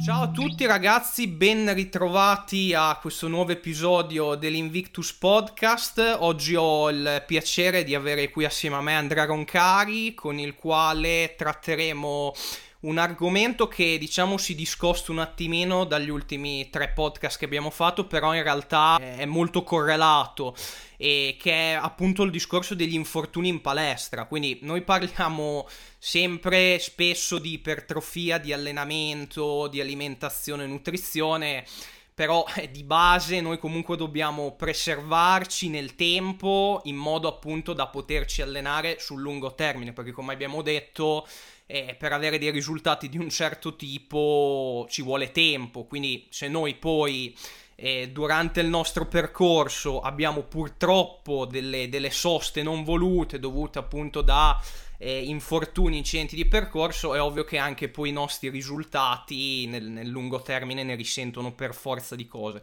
Ciao a tutti ragazzi, ben ritrovati a questo nuovo episodio dell'Invictus Podcast. Oggi ho il piacere di avere qui assieme a me Andrea Roncari, con il quale tratteremo un argomento che diciamo si discosta un attimino dagli ultimi 3 podcast che abbiamo fatto, però in realtà è molto correlato, e che è appunto il discorso degli infortuni in palestra. Quindi noi parliamo sempre spesso di ipertrofia, di allenamento, di alimentazione e nutrizione, però di base noi comunque dobbiamo preservarci nel tempo in modo appunto da poterci allenare sul lungo termine, perché come abbiamo detto per avere dei risultati di un certo tipo ci vuole tempo. Quindi se noi poi durante il nostro percorso abbiamo purtroppo delle soste non volute dovute appunto da infortuni, incidenti di percorso, è ovvio che anche poi i nostri risultati nel lungo termine ne risentono per forza di cose.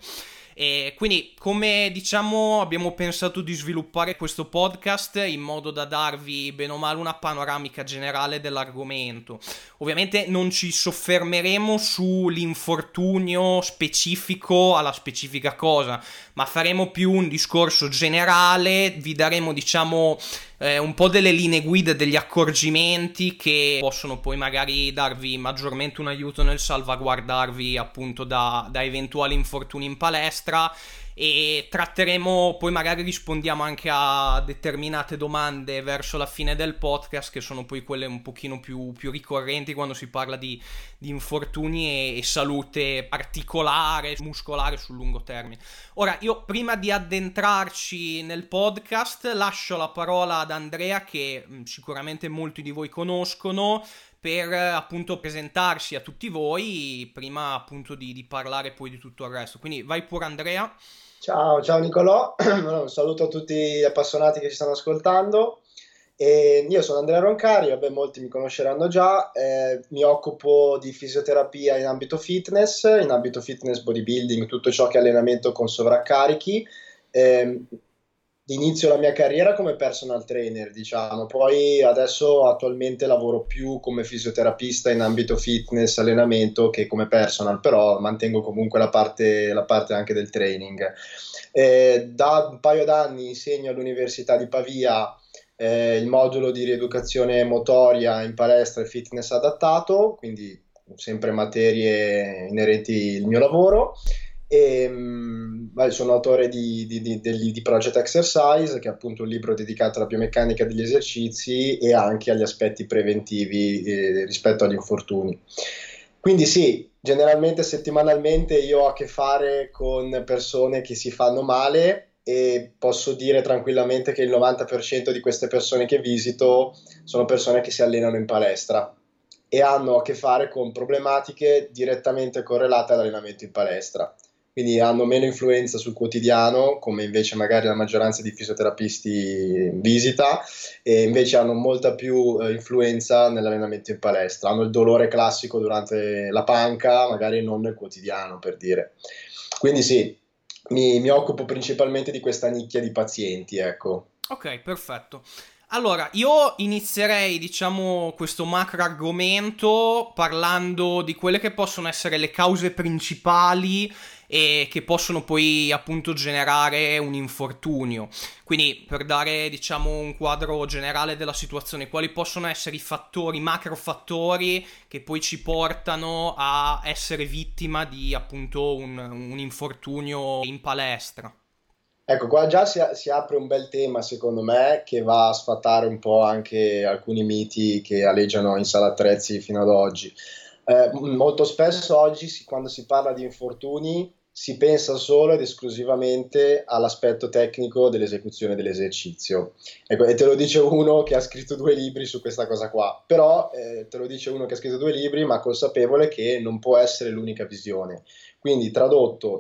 E quindi, come diciamo, abbiamo pensato di sviluppare questo podcast in modo da darvi bene o male una panoramica generale dell'argomento. Ovviamente non ci soffermeremo sull'infortunio specifico alla specifica cosa, ma faremo più un discorso generale, vi daremo diciamo un po' delle linee guida, degli accorgimenti che possono poi magari darvi maggiormente un aiuto nel salvaguardarvi appunto da eventuali infortuni in palestra. E tratteremo, poi magari rispondiamo anche a determinate domande verso la fine del podcast, che sono poi quelle un pochino più ricorrenti quando si parla di infortuni e salute articolare, muscolare sul lungo termine. Ora, io prima di addentrarci nel podcast lascio la parola ad Andrea, che sicuramente molti di voi conoscono, per appunto presentarsi a tutti voi prima appunto di parlare poi di tutto il resto. Quindi vai pure Andrea. Ciao Nicolò, un saluto a tutti gli appassionati che ci stanno ascoltando. Io sono Andrea Roncari, vabbè, molti mi conosceranno già, mi occupo di fisioterapia in ambito fitness, bodybuilding, tutto ciò che è allenamento con sovraccarichi. Inizio la mia carriera come personal trainer, diciamo, poi adesso attualmente lavoro più come fisioterapista in ambito fitness, allenamento, che come personal, però mantengo comunque la parte anche del training. Da un paio d'anni insegno all'Università di Pavia il modulo di rieducazione motoria in palestra e fitness adattato, quindi sempre materie inerenti al mio lavoro. Sono autore di Project Exercise, che è appunto un libro dedicato alla biomeccanica degli esercizi e anche agli aspetti preventivi rispetto agli infortuni. Quindi sì, generalmente settimanalmente io ho a che fare con persone che si fanno male, e posso dire tranquillamente che il 90% di queste persone che visito sono persone che si allenano in palestra e hanno a che fare con problematiche direttamente correlate all'allenamento in palestra. Quindi hanno meno influenza sul quotidiano, come invece magari la maggioranza di fisioterapisti visita, e invece hanno molta più influenza nell'allenamento in palestra. Hanno il dolore classico durante la panca, magari non nel quotidiano, per dire. Quindi sì, mi occupo principalmente di questa nicchia di pazienti, ecco. Ok, perfetto. Allora, io inizierei, diciamo, questo macro argomento parlando di quelle che possono essere le cause principali e che possono poi appunto generare un infortunio. Quindi, per dare, diciamo, un quadro generale della situazione, quali possono essere i fattori, macrofattori che poi ci portano a essere vittima di appunto un infortunio in palestra? Ecco, qua già si apre un bel tema, secondo me, che va a sfatare un po' anche alcuni miti che aleggiano in sala attrezzi fino ad oggi. Molto spesso oggi, quando si parla di infortuni, si pensa solo ed esclusivamente all'aspetto tecnico dell'esecuzione dell'esercizio. Ecco, e te lo dice uno che ha scritto 2 libri su questa cosa qua, però te lo dice uno che ha scritto 2 libri, ma consapevole che non può essere l'unica visione. Quindi tradotto,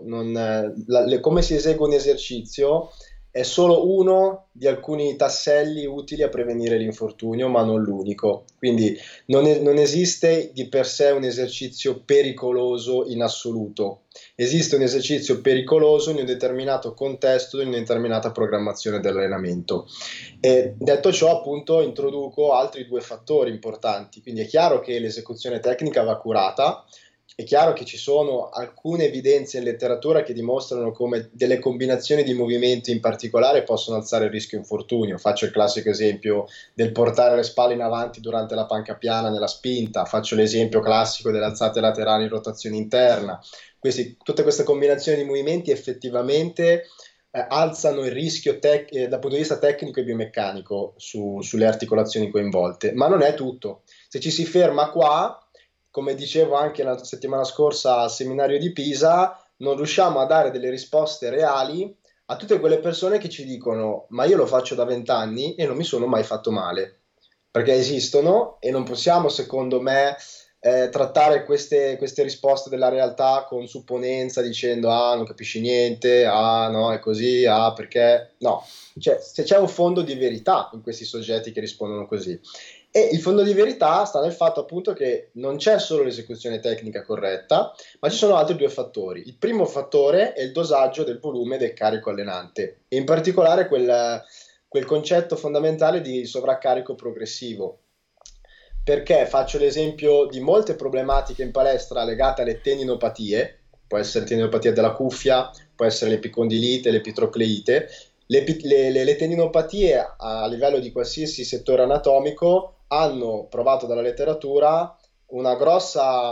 come si esegue un esercizio è solo uno di alcuni tasselli utili a prevenire l'infortunio, ma non l'unico. Quindi non esiste di per sé un esercizio pericoloso in assoluto. Esiste un esercizio pericoloso in un determinato contesto, in una determinata programmazione dell'allenamento. E detto ciò, appunto, introduco altri 2 fattori importanti. Quindi è chiaro che l'esecuzione tecnica va curata, è chiaro che ci sono alcune evidenze in letteratura che dimostrano come delle combinazioni di movimenti in particolare possono alzare il rischio infortunio. Faccio il classico esempio del portare le spalle in avanti durante la panca piana nella spinta, faccio l'esempio classico delle alzate laterali in rotazione interna. Tutte queste combinazioni di movimenti effettivamente alzano il rischio dal punto di vista tecnico e biomeccanico sulle articolazioni coinvolte, ma non è tutto. Se ci si ferma qua, come dicevo anche la settimana scorsa al seminario di Pisa, non riusciamo a dare delle risposte reali a tutte quelle persone che ci dicono: ma io lo faccio da 20 anni e non mi sono mai fatto male, perché esistono e non possiamo, secondo me, trattare queste risposte della realtà con supponenza, dicendo non capisci niente, no è così, perché no, cioè, se c'è un fondo di verità in questi soggetti che rispondono così. E il fondo di verità sta nel fatto appunto che non c'è solo l'esecuzione tecnica corretta, ma ci sono altri due fattori. Il primo fattore è il dosaggio del volume del carico allenante, e in particolare quel concetto fondamentale di sovraccarico progressivo. Perché faccio l'esempio di molte problematiche in palestra legate alle tendinopatie, può essere tendinopatia della cuffia, può essere l'epicondilite, l'epitrocleite. Le tendinopatie a livello di qualsiasi settore anatomico hanno provato dalla letteratura una grossa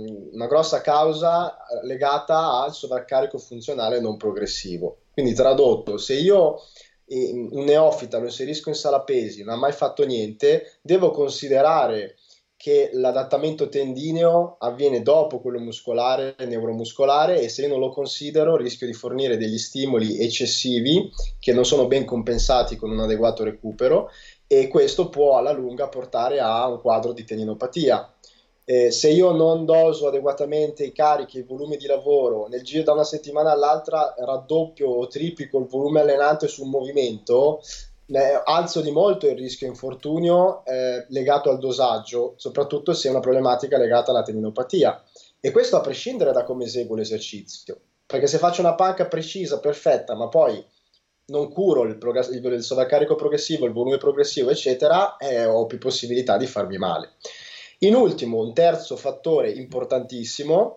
causa legata al sovraccarico funzionale non progressivo. Quindi tradotto, se io un neofita lo inserisco in sala pesi, non ha mai fatto niente, devo considerare che l'adattamento tendineo avviene dopo quello muscolare e neuromuscolare, e se io non lo considero rischio di fornire degli stimoli eccessivi che non sono ben compensati con un adeguato recupero, e questo può alla lunga portare a un quadro di tendinopatia. Se io non doso adeguatamente i carichi e i volumi di lavoro, nel giro da una settimana all'altra raddoppio o triplico il volume allenante sul movimento, alzo di molto il rischio infortunio legato al dosaggio, soprattutto se è una problematica legata alla tendinopatia. E questo a prescindere da come eseguo l'esercizio, perché se faccio una panca precisa, perfetta, ma poi non curo il sovraccarico progressivo, il volume progressivo, eccetera, ho più possibilità di farmi male. In ultimo, un terzo fattore importantissimo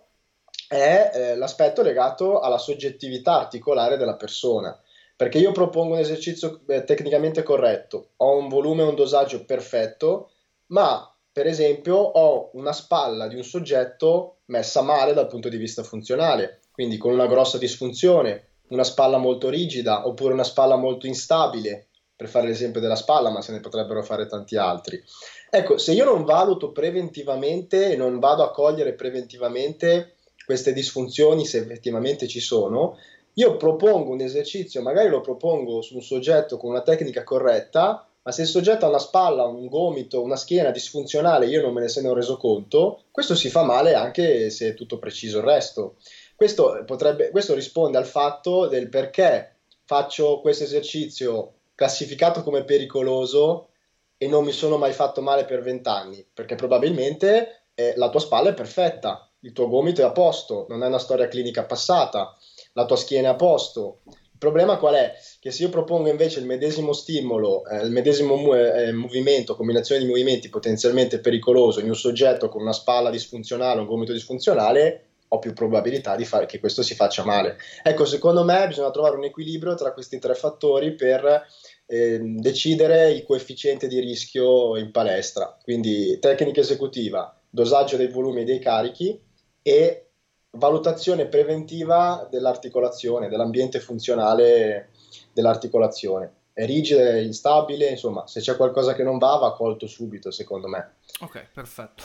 è l'aspetto legato alla soggettività articolare della persona, perché io propongo un esercizio tecnicamente corretto, ho un volume e un dosaggio perfetto, ma per esempio ho una spalla di un soggetto messa male dal punto di vista funzionale, quindi con una grossa disfunzione, una spalla molto rigida oppure una spalla molto instabile, per fare l'esempio della spalla, ma se ne potrebbero fare tanti altri. Ecco, se io non valuto preventivamente e non vado a cogliere preventivamente queste disfunzioni, se effettivamente ci sono, io propongo un esercizio, magari lo propongo su un soggetto con una tecnica corretta, ma se il soggetto ha una spalla, un gomito, una schiena disfunzionale, io non me ne sono reso conto, questo si fa male anche se è tutto preciso il resto. Questo risponde al fatto del perché faccio questo esercizio classificato come pericoloso e non mi sono mai fatto male per 20 anni, perché probabilmente la tua spalla è perfetta, il tuo gomito è a posto, non è una storia clinica passata, la tua schiena è a posto. Il problema qual è? Che se io propongo invece il medesimo stimolo, il medesimo movimento, combinazione di movimenti potenzialmente pericoloso in un soggetto con una spalla disfunzionale, un gomito disfunzionale, ho più probabilità di fare che questo si faccia male. Ecco, secondo me bisogna trovare un equilibrio tra questi tre fattori per decidere il coefficiente di rischio in palestra, quindi tecnica esecutiva, dosaggio dei volumi e dei carichi e valutazione preventiva dell'articolazione, dell'ambiente funzionale dell'articolazione. È rigida, è instabile, insomma, se c'è qualcosa che non va colto subito, secondo me. Ok, perfetto.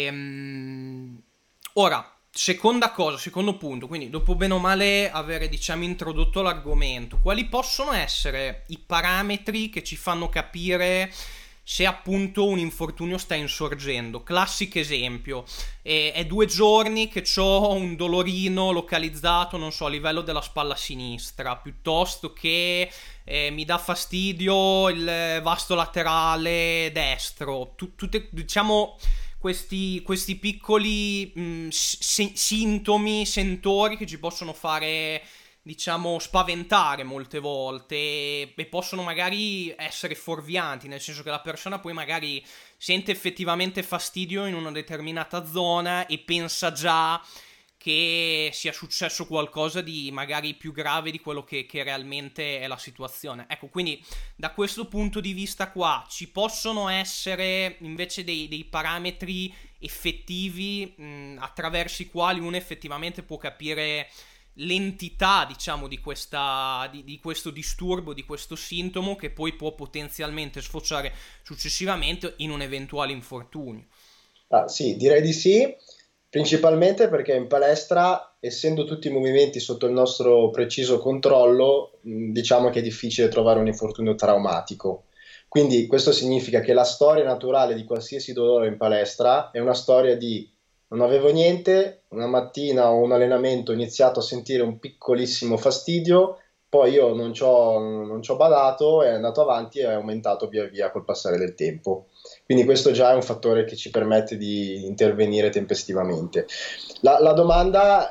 Ora, secondo punto, quindi dopo bene o male avere, diciamo, introdotto l'argomento, quali possono essere i parametri che ci fanno capire se appunto un infortunio sta insorgendo? Classico esempio, è 2 giorni che ho un dolorino localizzato, non so, a livello della spalla sinistra, piuttosto che mi dà fastidio il vasto laterale destro, tutte, diciamo, questi piccoli sintomi, sentori che ci possono fare, diciamo, spaventare molte volte e possono magari essere fuorvianti, nel senso che la persona poi magari sente effettivamente fastidio in una determinata zona e pensa già che sia successo qualcosa di magari più grave di quello che realmente è la situazione. Ecco, quindi da questo punto di vista qua ci possono essere invece dei parametri effettivi attraverso i quali uno effettivamente può capire l'entità, diciamo, di questo disturbo, di questo sintomo, che poi può potenzialmente sfociare successivamente in un eventuale infortunio. Ah, sì, direi di sì, principalmente perché in palestra, essendo tutti i movimenti sotto il nostro preciso controllo, diciamo che è difficile trovare un infortunio traumatico. Quindi questo significa che la storia naturale di qualsiasi dolore in palestra è una storia di non avevo niente, una mattina o un allenamento ho iniziato a sentire un piccolissimo fastidio, poi io non ci ho badato, è andato avanti e è aumentato via via col passare del tempo. Quindi questo già è un fattore che ci permette di intervenire tempestivamente. La domanda,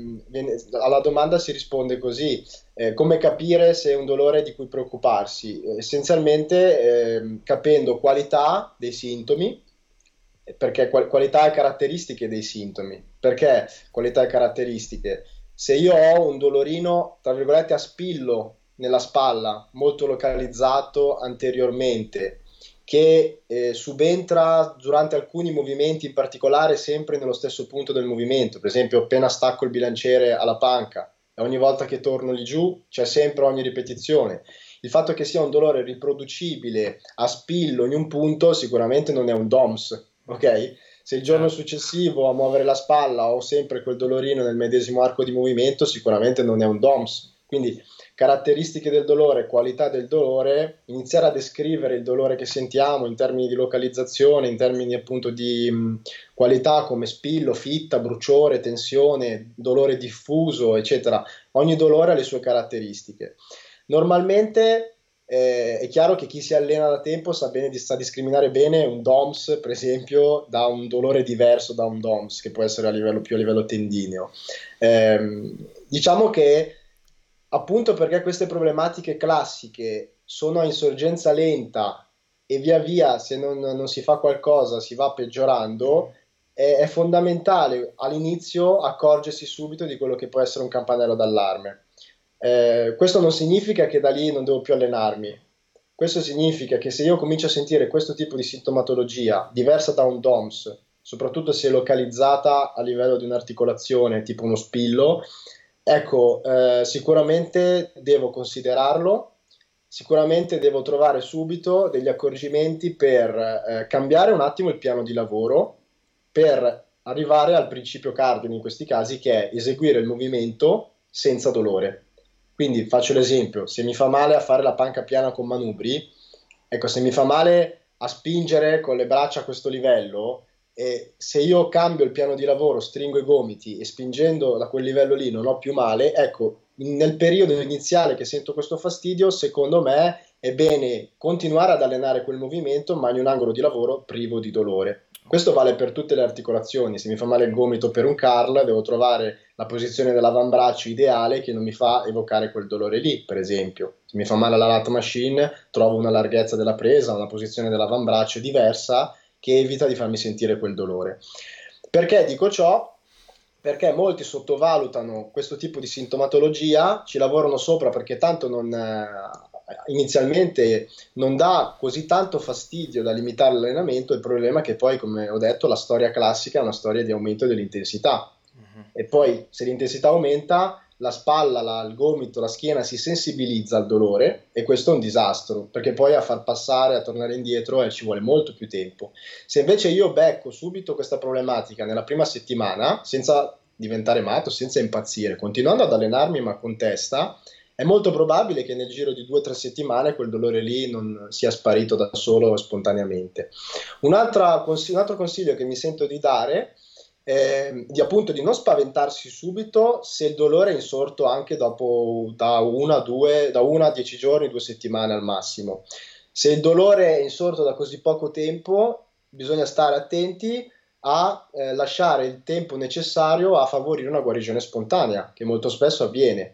alla domanda si risponde così: come capire se è un dolore di cui preoccuparsi? Essenzialmente capendo qualità dei sintomi, perché qualità e caratteristiche dei sintomi. Perché qualità e caratteristiche? Se io ho un dolorino, tra virgolette, a spillo nella spalla, molto localizzato anteriormente, che subentra durante alcuni movimenti, in particolare sempre nello stesso punto del movimento, per esempio appena stacco il bilanciere alla panca e ogni volta che torno lì giù c'è sempre ogni ripetizione. Il fatto che sia un dolore riproducibile a spillo in un punto sicuramente non è un DOMS, ok? Se il giorno Certo. successivo a muovere la spalla ho sempre quel dolorino nel medesimo arco di movimento, sicuramente non è un DOMS. Quindi caratteristiche del dolore, qualità del dolore, iniziare a descrivere il dolore che sentiamo in termini di localizzazione, in termini appunto di qualità come spillo, fitta, bruciore, tensione, dolore diffuso, eccetera. Ogni dolore ha le sue caratteristiche. Normalmente è chiaro che chi si allena da tempo sa discriminare bene un DOMS, per esempio, da un dolore diverso da un DOMS, che può essere più a livello tendineo. Diciamo che appunto perché queste problematiche classiche sono a insorgenza lenta e via via, se non si fa qualcosa, si va peggiorando, è fondamentale all'inizio accorgersi subito di quello che può essere un campanello d'allarme. Questo non significa che da lì non devo più allenarmi. Questo significa che se io comincio a sentire questo tipo di sintomatologia diversa da un DOMS, soprattutto se localizzata a livello di un'articolazione, tipo uno spillo, ecco, sicuramente devo considerarlo, sicuramente devo trovare subito degli accorgimenti per cambiare un attimo il piano di lavoro, per arrivare al principio cardine in questi casi, che è eseguire il movimento senza dolore. Quindi faccio l'esempio: se mi fa male a fare la panca piana con manubri, ecco, se mi fa male a spingere con le braccia a questo livello, e se io cambio il piano di lavoro, stringo i gomiti e spingendo da quel livello lì non ho più male, ecco, nel periodo iniziale che sento questo fastidio, secondo me è bene continuare ad allenare quel movimento, ma in un angolo di lavoro privo di dolore. Questo vale per tutte le articolazioni. Se mi fa male il gomito per un curl, devo trovare la posizione dell'avambraccio ideale che non mi fa evocare quel dolore lì, per esempio. Se mi fa male la lat machine, trovo una larghezza della presa, una posizione dell'avambraccio diversa che evita di farmi sentire quel dolore. Perché dico ciò? Perché molti sottovalutano questo tipo di sintomatologia, ci lavorano sopra perché tanto inizialmente non dà così tanto fastidio da limitare l'allenamento. Il problema è che poi, come ho detto, la storia classica è una storia di aumento dell'intensità. E poi se l'intensità aumenta, la spalla, il gomito, la schiena si sensibilizza al dolore, e questo è un disastro, perché poi a far passare, a tornare indietro ci vuole molto più tempo. Se invece io becco subito questa problematica nella prima settimana, senza diventare matto, senza impazzire, continuando ad allenarmi ma con testa, è molto probabile che nel giro di 2 o 3 settimane quel dolore lì non sia sparito da solo spontaneamente. Un altro consiglio che mi sento di dare di appunto di non spaventarsi subito se il dolore è insorto anche dopo da 1 a 10 giorni, 2 settimane al massimo. Se il dolore è insorto da così poco tempo, bisogna stare attenti a lasciare il tempo necessario a favorire una guarigione spontanea, che molto spesso avviene.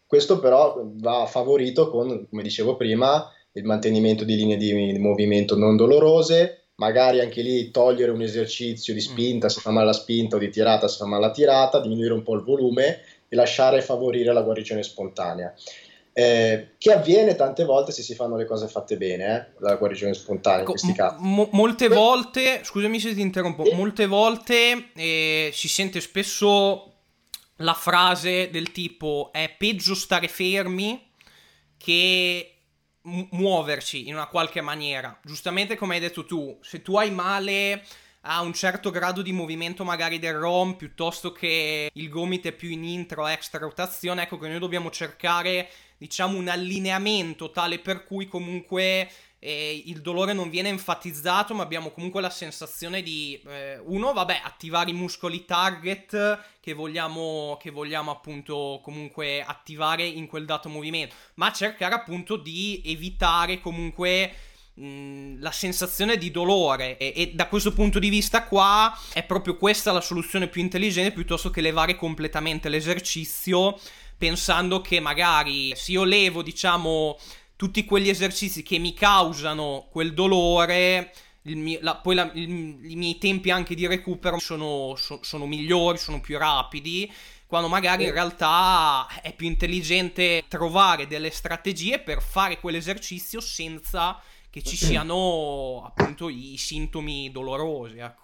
Questo però va favorito con, come dicevo prima, il mantenimento di linee di movimento non dolorose, magari anche lì togliere un esercizio di spinta se fa male la spinta o di tirata se fa male la tirata, diminuire un po' il volume e lasciare favorire la guarigione spontanea. Che avviene tante volte se si fanno le cose fatte bene, la guarigione spontanea in questi casi. Molte volte, scusami se ti interrompo, molte volte si sente spesso la frase del tipo è peggio stare fermi che muoversi in una qualche maniera. Giustamente come hai detto tu, se tu hai male a un certo grado di movimento magari del ROM piuttosto che il gomito è più in intra o extra rotazione, ecco che noi dobbiamo cercare, diciamo, un allineamento tale per cui comunque il dolore non viene enfatizzato, ma abbiamo comunque la sensazione di attivare i muscoli target che vogliamo appunto comunque attivare in quel dato movimento, ma cercare appunto di evitare comunque la sensazione di dolore e da questo punto di vista qua è proprio questa la soluzione più intelligente, piuttosto che levare completamente l'esercizio pensando che magari se io levo, diciamo, tutti quegli esercizi che mi causano quel dolore, i miei tempi anche di recupero sono migliori, sono più rapidi, quando magari in realtà è più intelligente trovare delle strategie per fare quell'esercizio senza che ci siano appunto i sintomi dolorosi, ecco.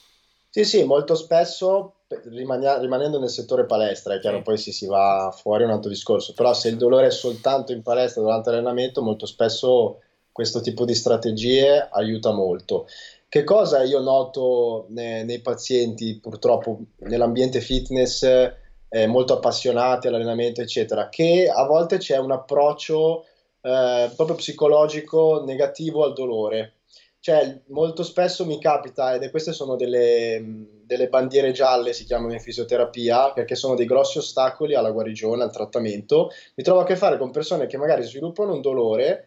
Sì, molto spesso, rimanendo nel settore palestra, è chiaro, poi si va fuori un altro discorso, però se il dolore è soltanto in palestra durante l'allenamento, molto spesso questo tipo di strategie aiuta molto. Che cosa io noto nei pazienti, purtroppo nell'ambiente fitness, molto appassionati all'allenamento, eccetera, che a volte c'è un approccio proprio psicologico negativo al dolore. Cioè, molto spesso mi capita, queste sono delle bandiere gialle, si chiamano in fisioterapia, perché sono dei grossi ostacoli alla guarigione, al trattamento. Mi trovo a che fare con persone che magari sviluppano un dolore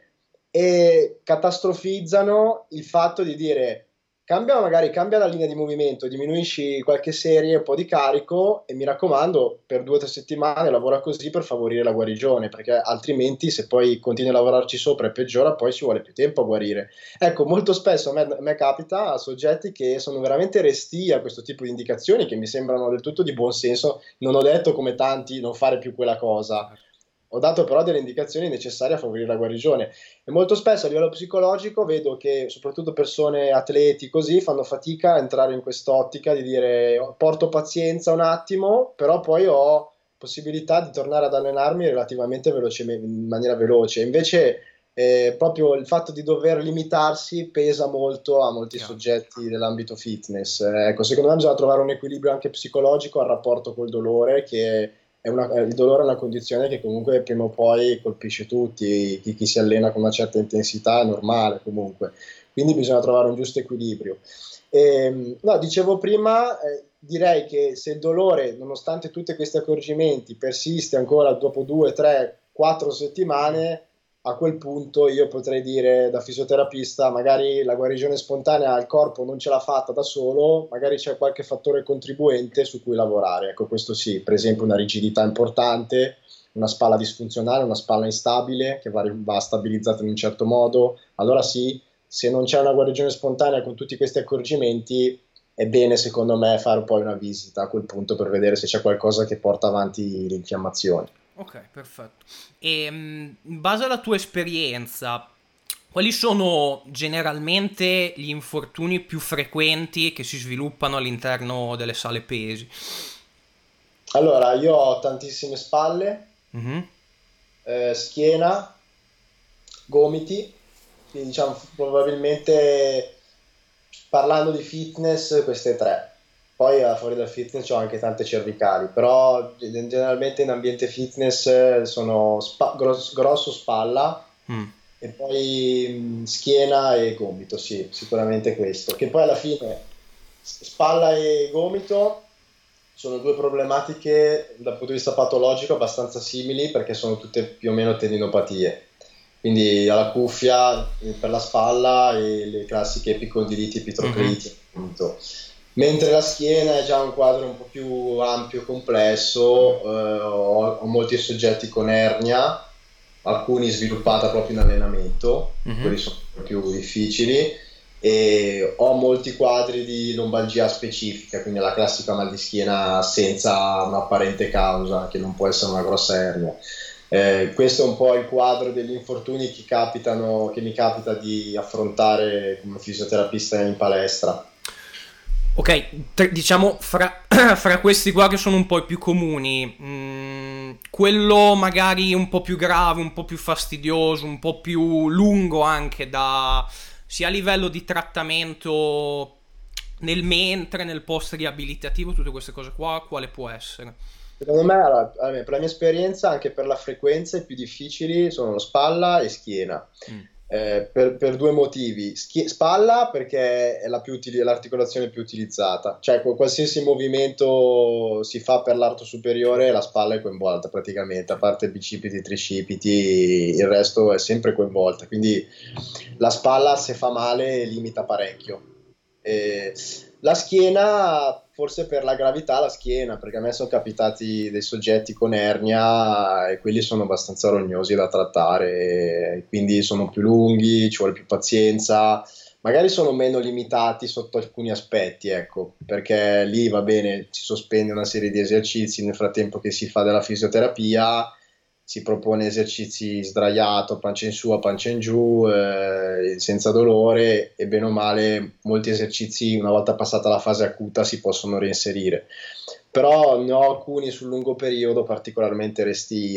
e catastrofizzano il fatto di dire cambia la linea di movimento, diminuisci qualche serie, un po' di carico e mi raccomando per 2 o 3 settimane lavora così per favorire la guarigione, perché altrimenti se poi continui a lavorarci sopra e peggiora poi ci vuole più tempo a guarire. Ecco, molto spesso a me capita a soggetti che sono veramente restii a questo tipo di indicazioni che mi sembrano del tutto di buon senso. Non ho detto come tanti non fare più quella cosa, ho dato però delle indicazioni necessarie a favorire la guarigione e molto spesso a livello psicologico vedo che soprattutto persone atleti così fanno fatica a entrare in quest'ottica di dire porto pazienza un attimo, però poi ho possibilità di tornare ad allenarmi relativamente velocemente, in maniera veloce. Invece proprio il fatto di dover limitarsi pesa molto a molti soggetti dell'ambito fitness. Ecco, secondo me bisogna trovare un equilibrio anche psicologico al rapporto col dolore, che il dolore è una condizione che comunque prima o poi colpisce tutti, chi si allena con una certa intensità è normale comunque, quindi bisogna trovare un giusto equilibrio. No, dicevo prima, direi che se il dolore, nonostante tutti questi accorgimenti, persiste ancora dopo 2, 3, 4 settimane, a quel punto io potrei dire da fisioterapista, magari la guarigione spontanea al corpo non ce l'ha fatta da solo, magari c'è qualche fattore contribuente su cui lavorare. Ecco, questo sì, per esempio una rigidità importante, una spalla disfunzionale, una spalla instabile che va stabilizzata in un certo modo. Allora sì, se non c'è una guarigione spontanea con tutti questi accorgimenti, è bene secondo me fare poi una visita a quel punto per vedere se c'è qualcosa che porta avanti l'infiammazione. Ok, perfetto. E in base alla tua esperienza, quali sono generalmente gli infortuni più frequenti che si sviluppano all'interno delle sale pesi? Allora, io ho tantissime spalle, schiena, gomiti, quindi diciamo probabilmente parlando di fitness queste 3. Poi fuori dal fitness ho anche tante cervicali, però generalmente in ambiente fitness sono grosso spalla e poi schiena e gomito, sì, sicuramente questo. Che poi alla fine spalla e gomito sono 2 problematiche dal punto di vista patologico abbastanza simili perché sono tutte più o meno tendinopatie. Quindi alla cuffia per la spalla e le classiche epicondiliti, epitrocliti, appunto. Mentre la schiena è già un quadro un po' più ampio e complesso, ho molti soggetti con ernia, alcuni sviluppata proprio in allenamento, Mhm. quelli sono più difficili, e ho molti quadri di lombalgia specifica, quindi la classica mal di schiena senza un'apparente causa, che non può essere una grossa ernia. Questo è un po' il quadro degli infortuni che mi capita di affrontare come fisioterapista in palestra. Ok, diciamo fra questi qua che sono un po' i più comuni, quello magari un po' più grave, un po' più fastidioso, un po' più lungo anche da sia a livello di trattamento nel mentre, nel post riabilitativo, tutte queste cose qua, quale può essere? Secondo me, allora, per la mia esperienza, anche per la frequenza, i più difficili sono spalla e schiena. Mm. Per due motivi. Spalla perché è l'articolazione più utilizzata, cioè qualsiasi movimento si fa per l'arto superiore, la spalla è coinvolta praticamente, a parte bicipiti, tricipiti, il resto è sempre coinvolta, quindi la spalla se fa male limita parecchio. Eh, la schiena, forse per la gravità, la schiena, perché a me sono capitati dei soggetti con ernia e quelli sono abbastanza rognosi da trattare, e quindi sono più lunghi, ci vuole più pazienza, magari sono meno limitati sotto alcuni aspetti, ecco, perché lì va bene, si sospende una serie di esercizi nel frattempo che si fa della fisioterapia, si propone esercizi sdraiato, pancia in su, a pancia in giù, senza dolore, e bene o male molti esercizi una volta passata la fase acuta si possono reinserire. Però ne ho alcuni sul lungo periodo particolarmente resti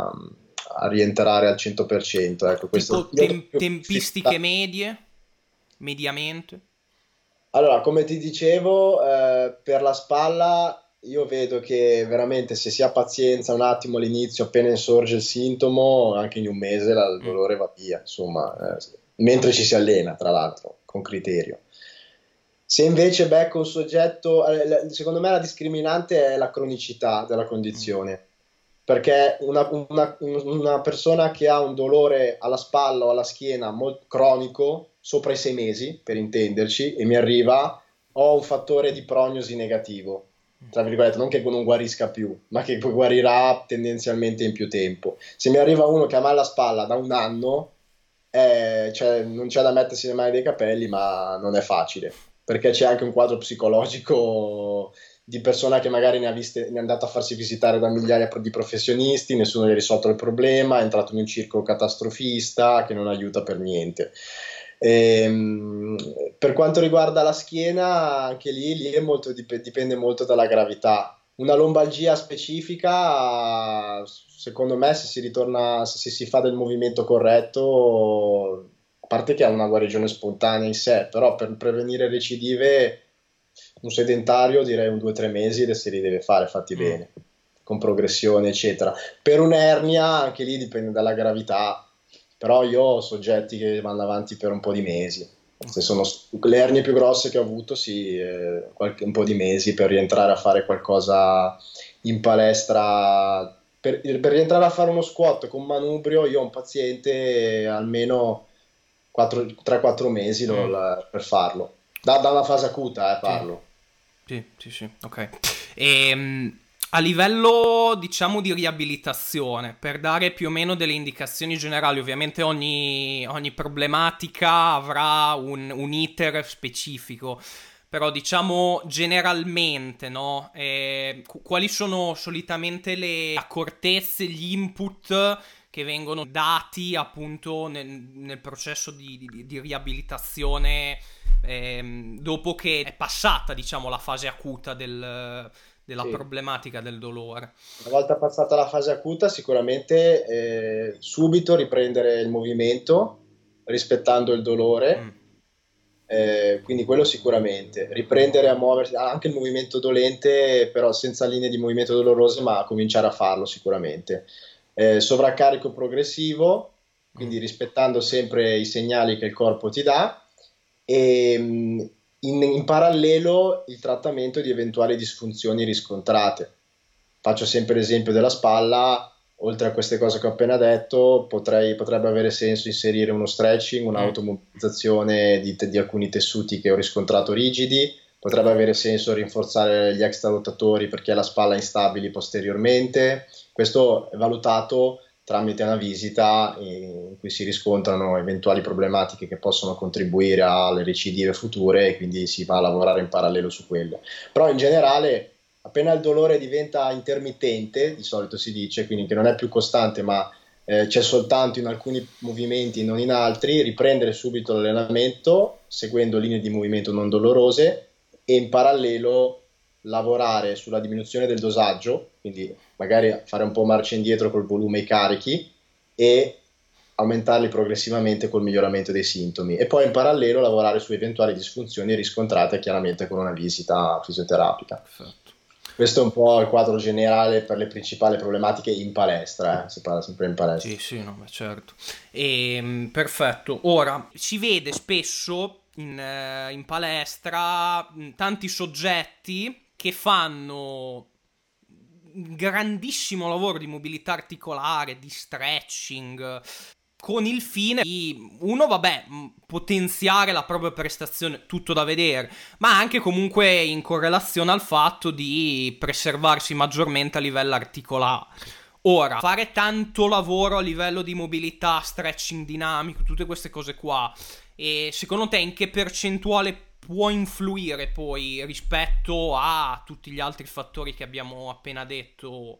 a rientrare al 100%. Ecco, questo Tipo io do più tempistiche flessibilità. medie, mediamente. Allora, come ti dicevo, per la spalla io vedo che veramente se si ha pazienza un attimo all'inizio, appena insorge il sintomo, anche in un mese il Mm. dolore va via, insomma, mentre ci si allena, tra l'altro, con criterio. Se invece becco un soggetto, secondo me la discriminante è la cronicità della Mm. condizione, perché una persona che ha un dolore alla spalla o alla schiena cronico, sopra i 6 mesi, per intenderci, e mi arriva, ho un fattore di prognosi negativo, tra virgolette, non che non guarisca più, ma che guarirà tendenzialmente in più tempo. Se mi arriva uno che ha male alla spalla da un anno, cioè, non c'è da mettersi le mani nei capelli, ma non è facile, perché c'è anche un quadro psicologico di persona che magari ne è andata a farsi visitare da migliaia di professionisti, nessuno gli ha risolto il problema, è entrato in un circolo catastrofista che non aiuta per niente. Ehm, per quanto riguarda la schiena, anche lì è dipende molto dalla gravità. Una lombalgia specifica, secondo me, se si fa del movimento corretto, a parte che ha una guarigione spontanea in sé, però per prevenire recidive, un sedentario direi un 2 o 3 mesi se li deve fare fatti Mm. bene, con progressione, eccetera. Per un'ernia, anche lì dipende dalla gravità, però io ho soggetti che vanno avanti per un po' di mesi. Se Ok. sono le ernie più grosse che ho avuto, sì, un po' di mesi per rientrare a fare qualcosa in palestra. Per rientrare a fare uno squat con manubrio, io ho un paziente almeno 3-4 mesi Mm. per farlo. Da una fase acuta, Sì. parlo. Sì, sì, sì, ok. A livello, diciamo, di riabilitazione, per dare più o meno delle indicazioni generali, ovviamente ogni problematica avrà un iter specifico, però diciamo generalmente, no? Quali sono solitamente le accortezze, gli input che vengono dati appunto nel processo di riabilitazione dopo che è passata, diciamo, la fase acuta della Sì. problematica del dolore. Una volta passata la fase acuta, sicuramente subito riprendere il movimento rispettando il Mm. dolore, quindi quello sicuramente. Riprendere a muoversi, anche il movimento dolente, però senza linee di movimento dolorose, ma cominciare a farlo sicuramente. Sovraccarico progressivo, Mm. quindi rispettando sempre i segnali che il corpo ti dà, e in parallelo il trattamento di eventuali disfunzioni riscontrate. Faccio sempre l'esempio della spalla, oltre a queste cose che ho appena detto, potrebbe avere senso inserire uno stretching, Mm. un'automobilizzazione di alcuni tessuti che ho riscontrato rigidi, potrebbe avere senso rinforzare gli extrarotatori perché la spalla è instabile posteriormente. Questo è valutato tramite una visita in cui si riscontrano eventuali problematiche che possono contribuire alle recidive future e quindi si va a lavorare in parallelo su quelle. Però in generale, appena il dolore diventa intermittente, di solito si dice, quindi che non è più costante ma c'è soltanto in alcuni movimenti, non in altri, riprendere subito l'allenamento seguendo linee di movimento non dolorose e in parallelo lavorare sulla diminuzione del dosaggio, quindi magari fare un po' marcia indietro col volume e i carichi e aumentarli progressivamente col miglioramento dei sintomi e poi in parallelo lavorare su eventuali disfunzioni riscontrate chiaramente con una visita fisioterapica. Perfetto. Questo è un po' il quadro generale per le principali problematiche in palestra, si parla sempre in palestra. Sì, no, beh, certo. Perfetto. Ora, si vede spesso in palestra tanti soggetti che fanno un grandissimo lavoro di mobilità articolare, di stretching, con il fine di, uno, vabbè, potenziare la propria prestazione, tutto da vedere, ma anche comunque in correlazione al fatto di preservarsi maggiormente a livello articolare. Ora, fare tanto lavoro a livello di mobilità, stretching dinamico, tutte queste cose qua, e secondo te in che percentuale può influire poi rispetto a tutti gli altri fattori che abbiamo appena detto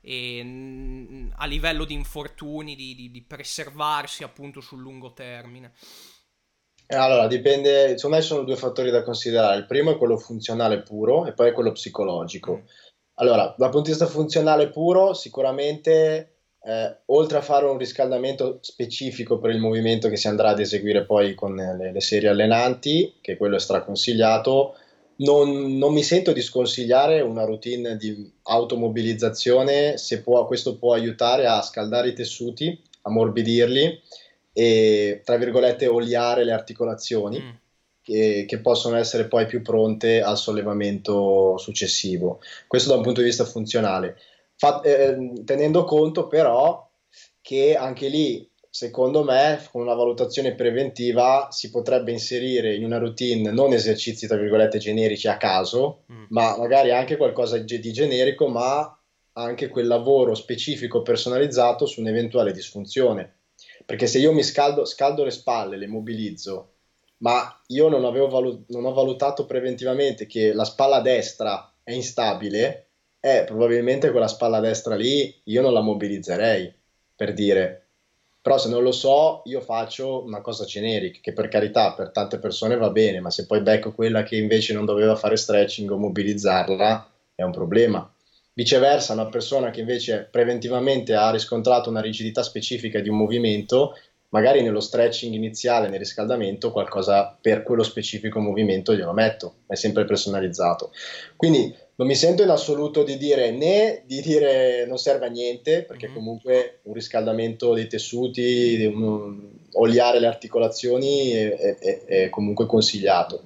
a livello di infortuni, di preservarsi appunto sul lungo termine? Allora, dipende, secondo me ci sono due fattori da considerare. Il primo è quello funzionale puro e poi è quello psicologico. Mm. Allora, dal punto di vista funzionale puro, sicuramente, oltre a fare un riscaldamento specifico per il movimento che si andrà ad eseguire poi con le serie allenanti, che quello è straconsigliato, non mi sento di sconsigliare una routine di automobilizzazione se questo può aiutare a scaldare i tessuti, ammorbidirli e, tra virgolette, oliare le articolazioni Mm. che possono essere poi più pronte al sollevamento successivo. Questo da un punto di vista funzionale. Tenendo conto però che anche lì, secondo me, con una valutazione preventiva si potrebbe inserire in una routine non esercizi, tra virgolette, generici a caso, Mm. ma magari anche qualcosa di generico, ma anche quel lavoro specifico personalizzato su un'eventuale disfunzione. Perché se io scaldo le spalle, le mobilizzo, ma io non ho valutato preventivamente che la spalla destra è instabile, probabilmente quella spalla destra lì io non la mobilizzerei, per dire. Però se non lo so, io faccio una cosa generica, che per carità per tante persone va bene, ma se poi becco quella che invece non doveva fare stretching o mobilizzarla, è un problema. Viceversa, una persona che invece preventivamente ha riscontrato una rigidità specifica di un movimento, magari nello stretching iniziale, nel riscaldamento, qualcosa per quello specifico movimento glielo metto, è sempre personalizzato. Quindi non mi sento in assoluto di dire né di dire non serve a niente, perché Mhm. comunque un riscaldamento dei tessuti, oliare le articolazioni è comunque consigliato.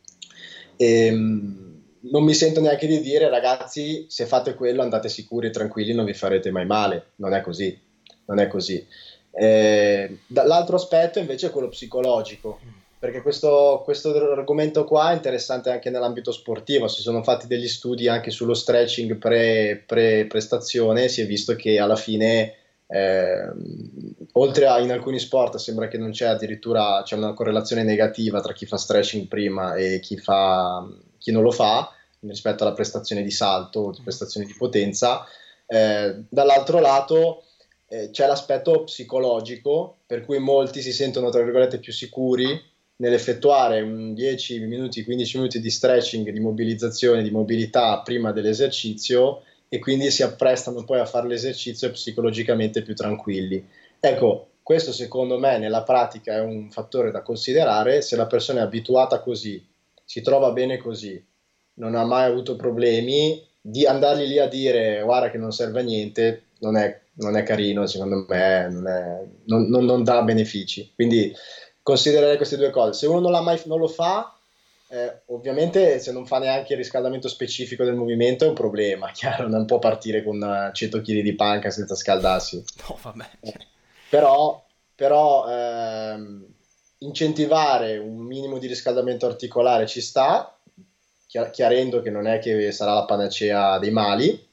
Non mi sento neanche di dire ragazzi, se fate quello andate sicuri e tranquilli, non vi farete mai male. Non è così, non è così. L'altro aspetto invece è quello psicologico, perché questo argomento qua è interessante anche nell'ambito sportivo. Si sono fatti degli studi anche sullo stretching pre-prestazione, si è visto che alla fine, oltre a in alcuni sport sembra che non c'è, addirittura c'è una correlazione negativa tra chi fa stretching prima e chi non lo fa rispetto alla prestazione di salto o di prestazione di potenza. Dall'altro lato c'è l'aspetto psicologico, per cui molti si sentono, tra virgolette, più sicuri nell'effettuare 10 minuti, 15 minuti di stretching, di mobilizzazione, di mobilità prima dell'esercizio e quindi si apprestano poi a fare l'esercizio psicologicamente più tranquilli. Ecco, questo secondo me nella pratica è un fattore da considerare. Se la persona è abituata così, si trova bene così, non ha mai avuto problemi, di andargli lì a dire guarda che non serve a niente, non è carino, secondo me, non dà benefici. Quindi considerare queste due cose. Se uno non lo fa, ovviamente se non fa neanche il riscaldamento specifico del movimento è un problema, chiaro, non può partire con 100 kg di panca senza scaldarsi. No, vabbè. Però, però incentivare un minimo di riscaldamento articolare ci sta, chiarendo che non è che sarà la panacea dei mali.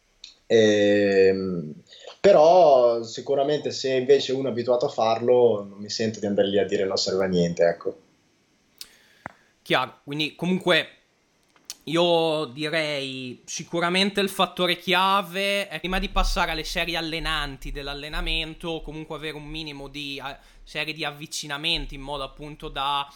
Però sicuramente se invece uno è abituato a farlo, non mi sento di andare lì a dire non serve a niente, ecco. Chiaro, quindi comunque io direi sicuramente il fattore chiave è prima di passare alle serie allenanti dell'allenamento, comunque avere un minimo di serie di avvicinamenti in modo appunto da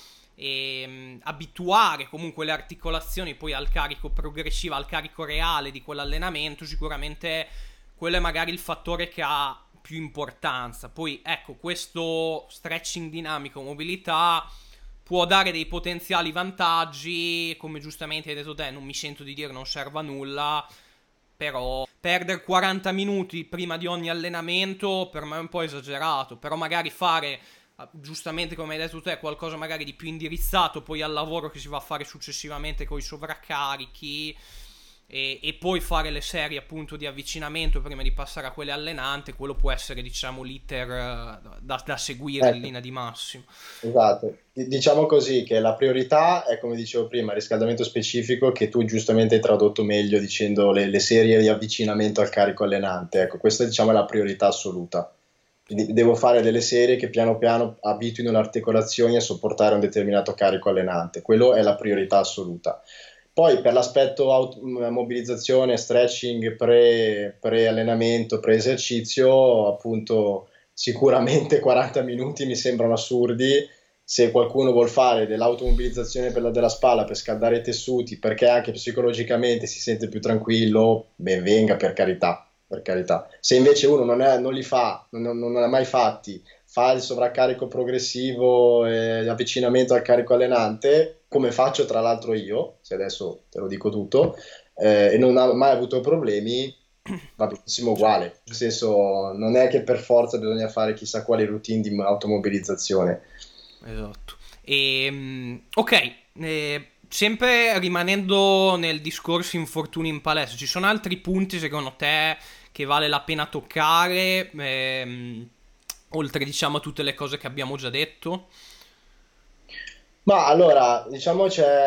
abituare comunque le articolazioni poi al carico progressivo, al carico reale di quell'allenamento. Sicuramente quello è magari il fattore che ha più importanza. Poi ecco, questo stretching dinamico, mobilità può dare dei potenziali vantaggi, come giustamente hai detto te, non mi sento di dire non serve a nulla, però perdere 40 minuti prima di ogni allenamento per me è un po' esagerato, però magari fare, giustamente come hai detto te, qualcosa magari di più indirizzato poi al lavoro che si va a fare successivamente con i sovraccarichi, e poi fare le serie appunto di avvicinamento prima di passare a quelle allenante, quello può essere diciamo l'iter da seguire in Ecco, linea di massimo. esatto. Diciamo così che la priorità è, come dicevo prima, il riscaldamento specifico, che tu giustamente hai tradotto meglio dicendo le serie di avvicinamento al carico allenante. Ecco, questa diciamo è la priorità assoluta. Quindi devo fare delle serie che piano piano abituino le articolazioni a sopportare un determinato carico allenante. Quello è la priorità assoluta. Poi per l'aspetto mobilizzazione, stretching, pre-allenamento, pre-esercizio, appunto sicuramente 40 minuti mi sembrano assurdi. Se qualcuno vuol fare dell'automobilizzazione della spalla per scaldare i tessuti, perché anche psicologicamente si sente più tranquillo, ben venga, per carità, per carità. Se invece uno non li fa, non ha mai fatti, fa il sovraccarico progressivo e l'avvicinamento al carico allenante, come faccio tra l'altro io, se adesso te lo dico tutto, e non ha mai avuto problemi, va benissimo uguale. Nel senso, non è che per forza bisogna fare chissà quali routine di automobilizzazione. Esatto. Ok, sempre rimanendo nel discorso infortuni in palestra, ci sono altri punti secondo te che vale la pena toccare, oltre diciamo a tutte le cose che abbiamo già detto? Ma allora, diciamo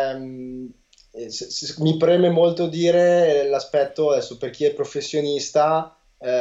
mi preme molto dire l'aspetto adesso per chi è professionista,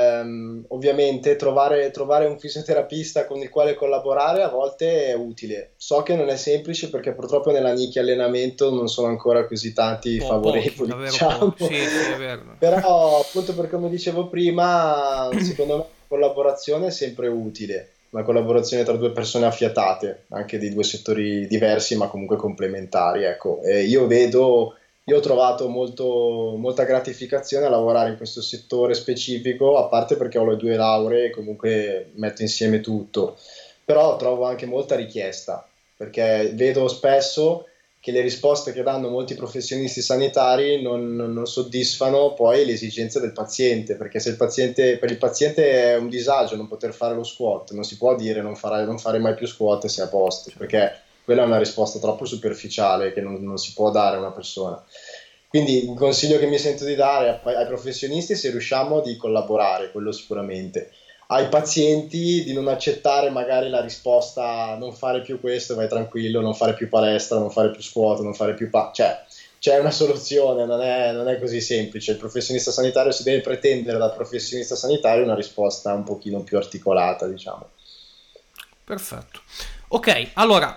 ovviamente trovare un fisioterapista con il quale collaborare a volte è utile. So che non è semplice perché purtroppo nella nicchia allenamento non sono ancora così tanti Pochi, favorevoli, davvero diciamo. pochi. Sì, sì, è vero. Però appunto per come dicevo prima, secondo me la collaborazione è sempre utile, una collaborazione tra due persone affiatate, anche di due settori diversi ma comunque complementari, ecco. E io ho trovato molta gratificazione a lavorare in questo settore specifico, a parte perché ho le due lauree e comunque metto insieme tutto, però trovo anche molta richiesta, perché vedo spesso che le risposte che danno molti professionisti sanitari non soddisfano poi le esigenze del paziente, perché se per il paziente è un disagio non poter fare lo squat, non si può dire non fare mai più squat e sei a posto, perché quella è una risposta troppo superficiale che non si può dare a una persona. Quindi il consiglio che mi sento di dare ai professionisti è, se riusciamo, di collaborare, quello sicuramente. Ai pazienti di non accettare magari la risposta non fare più questo, vai tranquillo, non fare più palestra, non fare più squat, non fare più cioè c'è una soluzione, non è così semplice. Il professionista sanitario si deve pretendere dal professionista sanitario una risposta un pochino più articolata, diciamo. Perfetto. Ok, allora,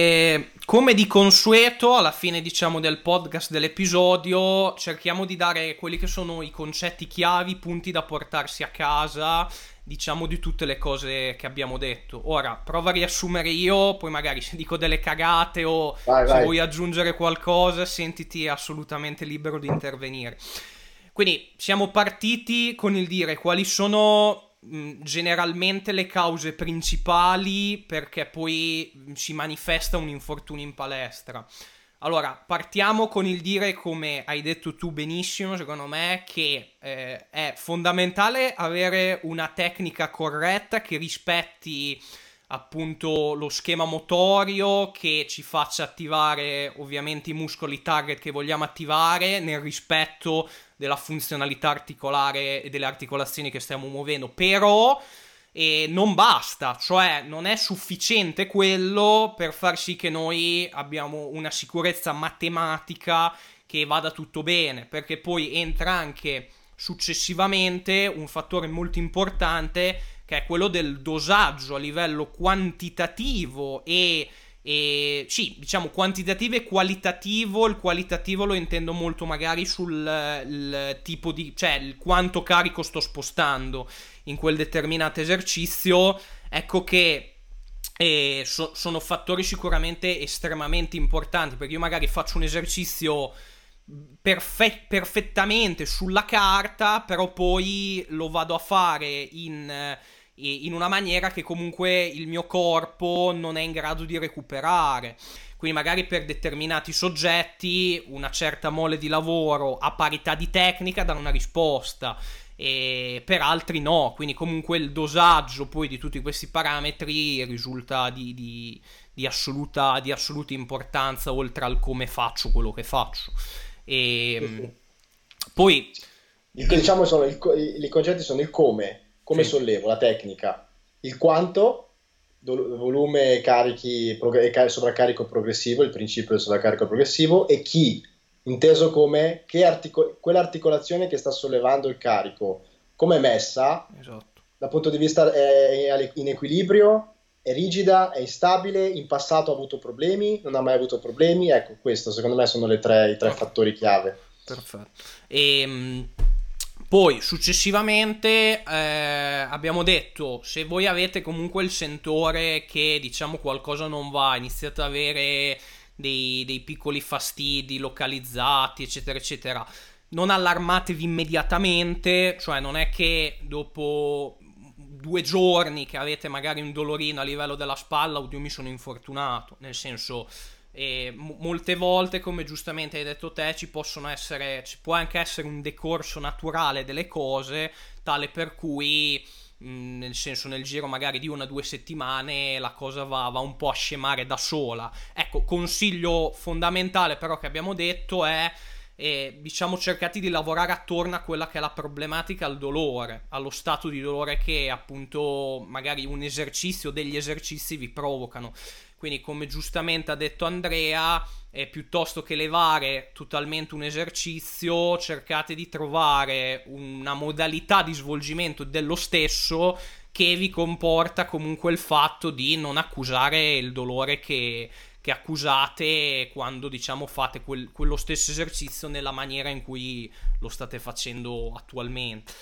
come di consueto, alla fine diciamo del podcast, dell'episodio, cerchiamo di dare quelli che sono i concetti chiavi, i punti da portarsi a casa, diciamo, di tutte le cose che abbiamo detto. Ora, prova a riassumere io, poi magari se dico delle cagate o Vai, se vai. vuoi aggiungere qualcosa, sentiti assolutamente libero di intervenire. Quindi siamo partiti con il dire quali sono generalmente le cause principali perché poi si manifesta un infortunio in palestra. Allora, partiamo con il dire, come hai detto tu benissimo, secondo me, che è fondamentale avere una tecnica corretta che rispetti appunto lo schema motorio, che ci faccia attivare ovviamente i muscoli target che vogliamo attivare nel rispetto della funzionalità articolare e delle articolazioni che stiamo muovendo. Però non basta, cioè non è sufficiente quello per far sì che noi abbiamo una sicurezza matematica che vada tutto bene, perché poi entra anche successivamente un fattore molto importante, che è quello del dosaggio a livello quantitativo e sì, diciamo quantitativo e qualitativo. Il qualitativo lo intendo molto magari sul il tipo di, cioè il quanto carico sto spostando in quel determinato esercizio. Ecco che sono fattori sicuramente estremamente importanti, perché io magari faccio un esercizio perfettamente sulla carta, però poi lo vado a fare in una maniera che comunque il mio corpo non è in grado di recuperare. Quindi magari per determinati soggetti una certa mole di lavoro a parità di tecnica dà una risposta, e per altri no. Quindi comunque il dosaggio poi di tutti questi parametri risulta di assoluta importanza, oltre al come faccio quello che faccio. Sì, E sì. poi Diciamo i concetti sono il come sì, sollevo, la tecnica, il quanto, volume, carichi, sovraccarico progressivo, il principio del sovraccarico progressivo, e chi, inteso come quell'articolazione che sta sollevando il carico, come è messa, esatto. dal punto di vista è in equilibrio, è rigida, è instabile, in passato ha avuto problemi, non ha mai avuto problemi. Ecco, questo secondo me sono i tre Ok. fattori chiave. Perfetto. E poi successivamente abbiamo detto, se voi avete comunque il sentore che diciamo qualcosa non va, iniziate ad avere dei piccoli fastidi localizzati, eccetera, eccetera, non allarmatevi immediatamente, cioè non è che dopo 2 giorni che avete magari un dolorino a livello della spalla, oddio mi sono infortunato, nel senso molte volte, come giustamente hai detto te, ci può anche essere un decorso naturale delle cose, tale per cui nel senso nel giro magari di 1 o 2 settimane la cosa va un po' a scemare da sola. Ecco, consiglio fondamentale però che abbiamo detto è diciamo cercate di lavorare attorno a quella che è la problematica, al dolore, allo stato di dolore che appunto magari un esercizio o degli esercizi vi provocano. Quindi, come giustamente ha detto Andrea, piuttosto che levare totalmente un esercizio, cercate di trovare una modalità di svolgimento dello stesso che vi comporta comunque il fatto di non accusare il dolore che accusate quando diciamo fate quello stesso esercizio nella maniera in cui lo state facendo attualmente.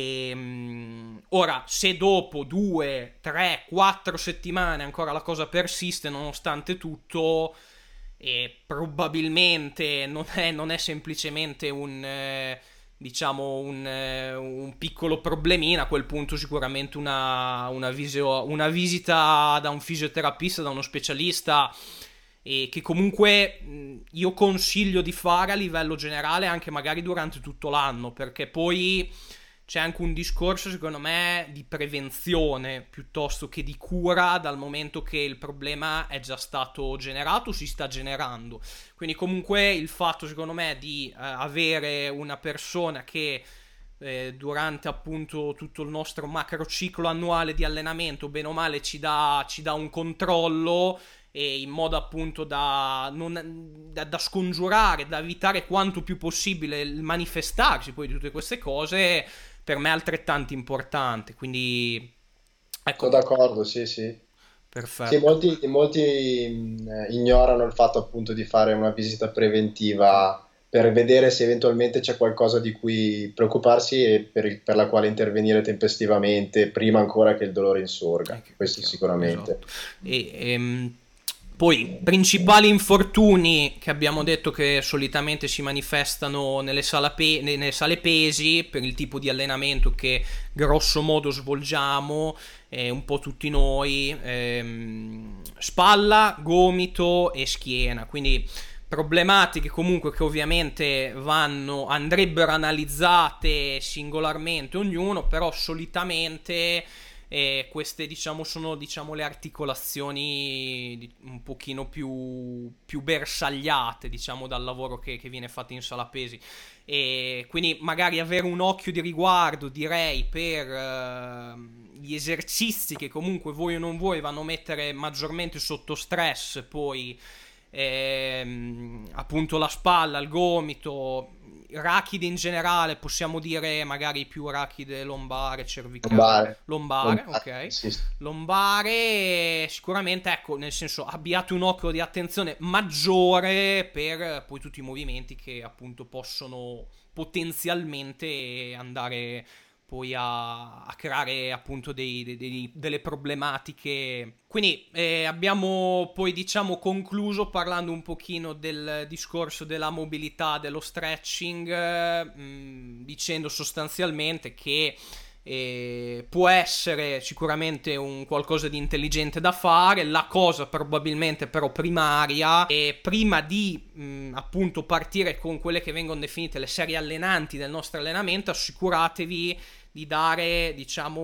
Ora, se dopo 2, 3, 4 settimane ancora la cosa persiste nonostante tutto, probabilmente non è semplicemente diciamo un piccolo problemino. A quel punto sicuramente una visita da un fisioterapista, da uno specialista, e che comunque io consiglio di fare a livello generale anche magari durante tutto l'anno, perché poi c'è anche un discorso secondo me di prevenzione piuttosto che di cura, dal momento che il problema è già stato generato, si sta generando. Quindi comunque il fatto secondo me di avere una persona che durante appunto tutto il nostro macrociclo annuale di allenamento bene o male ci dà un controllo, e in modo appunto da scongiurare, da evitare quanto più possibile il manifestarsi poi di tutte queste cose, per me è altrettanto importante. Quindi ecco, Sono d'accordo, sì, sì. Sì, perfetto. molti ignorano il fatto appunto di fare una visita Mm. preventiva per vedere se eventualmente c'è qualcosa di cui preoccuparsi e per la quale intervenire tempestivamente prima ancora che il dolore insorga. È Questo chiaro, sicuramente. esatto. Poi, principali infortuni che abbiamo detto che solitamente si manifestano nelle sale pesi per il tipo di allenamento che grosso modo svolgiamo, un po' tutti noi, spalla, gomito e schiena. Quindi problematiche comunque che ovviamente andrebbero analizzate singolarmente ognuno, però solitamente queste diciamo sono diciamo le articolazioni un pochino più bersagliate diciamo dal lavoro che viene fatto in sala pesi, e quindi magari avere un occhio di riguardo, direi, per gli esercizi che comunque voi o non voi vanno a mettere maggiormente sotto stress poi appunto la spalla, il gomito, rachide in generale, possiamo dire magari più rachide lombare, cervicale, lombare, ok. Sì. Lombare sicuramente, ecco, nel senso, abbiate un occhio di attenzione maggiore per poi tutti i movimenti che appunto possono potenzialmente andare poi a creare appunto delle problematiche. Quindi abbiamo poi diciamo concluso parlando un pochino del discorso della mobilità, dello stretching, dicendo sostanzialmente che può essere sicuramente un qualcosa di intelligente da fare. La cosa probabilmente però primaria, e prima di appunto partire con quelle che vengono definite le serie allenanti del nostro allenamento, assicuratevi di dare diciamo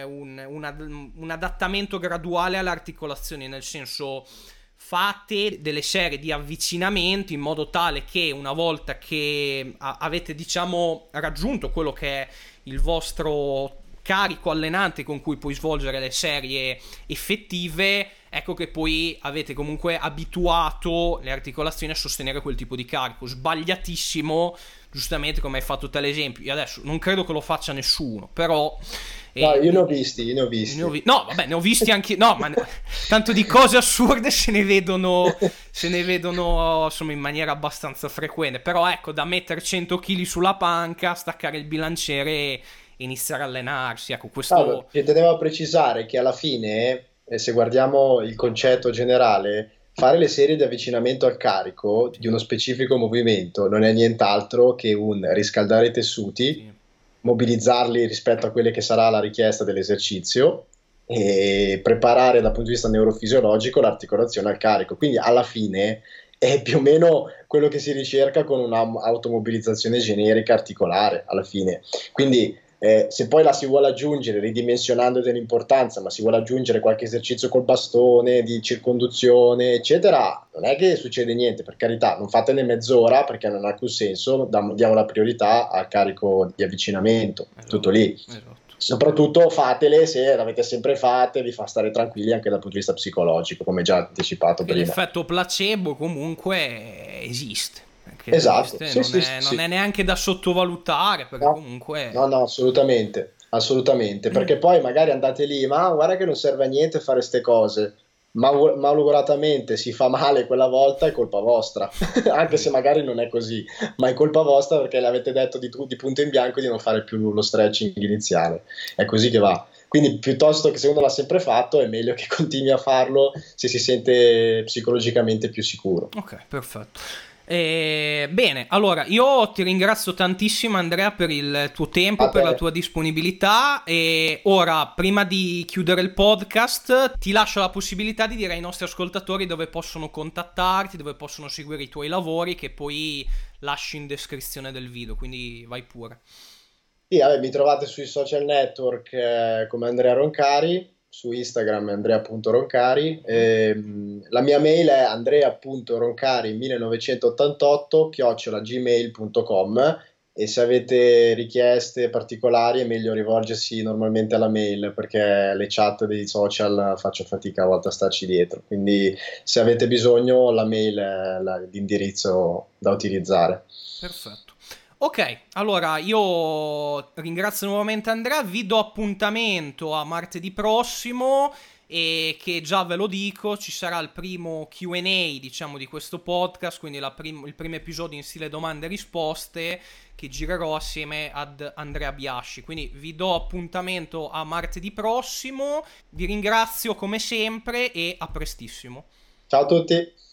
un adattamento graduale alle articolazioni, nel senso fate delle serie di avvicinamenti in modo tale che una volta che avete diciamo raggiunto quello che è il vostro carico allenante con cui puoi svolgere le serie effettive, ecco che poi avete comunque abituato le articolazioni a sostenere quel tipo di carico. Sbagliatissimo, giustamente come hai fatto te l'esempio. Io adesso non credo che lo faccia nessuno, però no, io ne ho visti. No, vabbè, ne ho visti anche. No, ma tanto di cose assurde se ne vedono insomma in maniera abbastanza frequente. Però ecco, da mettere 100 kg sulla panca, staccare il bilanciere e iniziare a allenarsi. Ecco, questo. Allora, e tenevo a precisare che alla fine, se guardiamo il concetto generale, fare le serie di avvicinamento al carico di uno specifico movimento non è nient'altro che un riscaldare i tessuti, Sì. mobilizzarli rispetto a quelle che sarà la richiesta dell'esercizio e preparare dal punto di vista neurofisiologico l'articolazione al carico. Quindi alla fine è più o meno quello che si ricerca con un'automobilizzazione generica articolare alla fine. Quindi se poi la si vuole aggiungere ridimensionando dell'importanza, ma si vuole aggiungere qualche esercizio col bastone di circonduzione eccetera, non è che succede niente, per carità, non fatene mezz'ora perché non ha alcun senso, diamo la priorità al carico di avvicinamento, tutto lì. Esatto. Soprattutto fatele se l'avete sempre fatte, vi fa stare tranquilli anche dal punto di vista psicologico, come già anticipato prima. L'effetto placebo comunque esiste. Esatto, Non è neanche da sottovalutare, perché no, comunque no, assolutamente, perché poi magari andate lì, ma guarda che non serve a niente fare ste cose, ma malauguratamente si fa male quella volta, è colpa vostra, anche se magari non è così, ma è colpa vostra perché le avete detto di punto in bianco di non fare più lo stretching iniziale, è così che va. Quindi piuttosto che se uno l'ha sempre fatto è meglio che continui a farlo se si sente psicologicamente più sicuro. Ok, perfetto. Bene, allora io ti ringrazio tantissimo Andrea per il tuo tempo, per la tua disponibilità, e ora prima di chiudere il podcast ti lascio la possibilità di dire ai nostri ascoltatori dove possono contattarti, dove possono seguire i tuoi lavori, che poi lasci in descrizione del video, quindi vai pure. Sì, vabbè, mi trovate sui social network come Andrea Roncari, su Instagram è andrea.roncari, la mia mail è andrea.roncari1988@gmail.com, e se avete richieste particolari è meglio rivolgersi normalmente alla mail, perché le chat dei social faccio fatica a volte a starci dietro, quindi se avete bisogno la mail è l'indirizzo da utilizzare. Perfetto. Ok, allora io ringrazio nuovamente Andrea, vi do appuntamento a martedì prossimo, e che già ve lo dico, ci sarà il primo Q&A diciamo di questo podcast, quindi il primo episodio in stile domande e risposte che girerò assieme ad Andrea Biasci, quindi vi do appuntamento a martedì prossimo, vi ringrazio come sempre e a prestissimo. Ciao a tutti!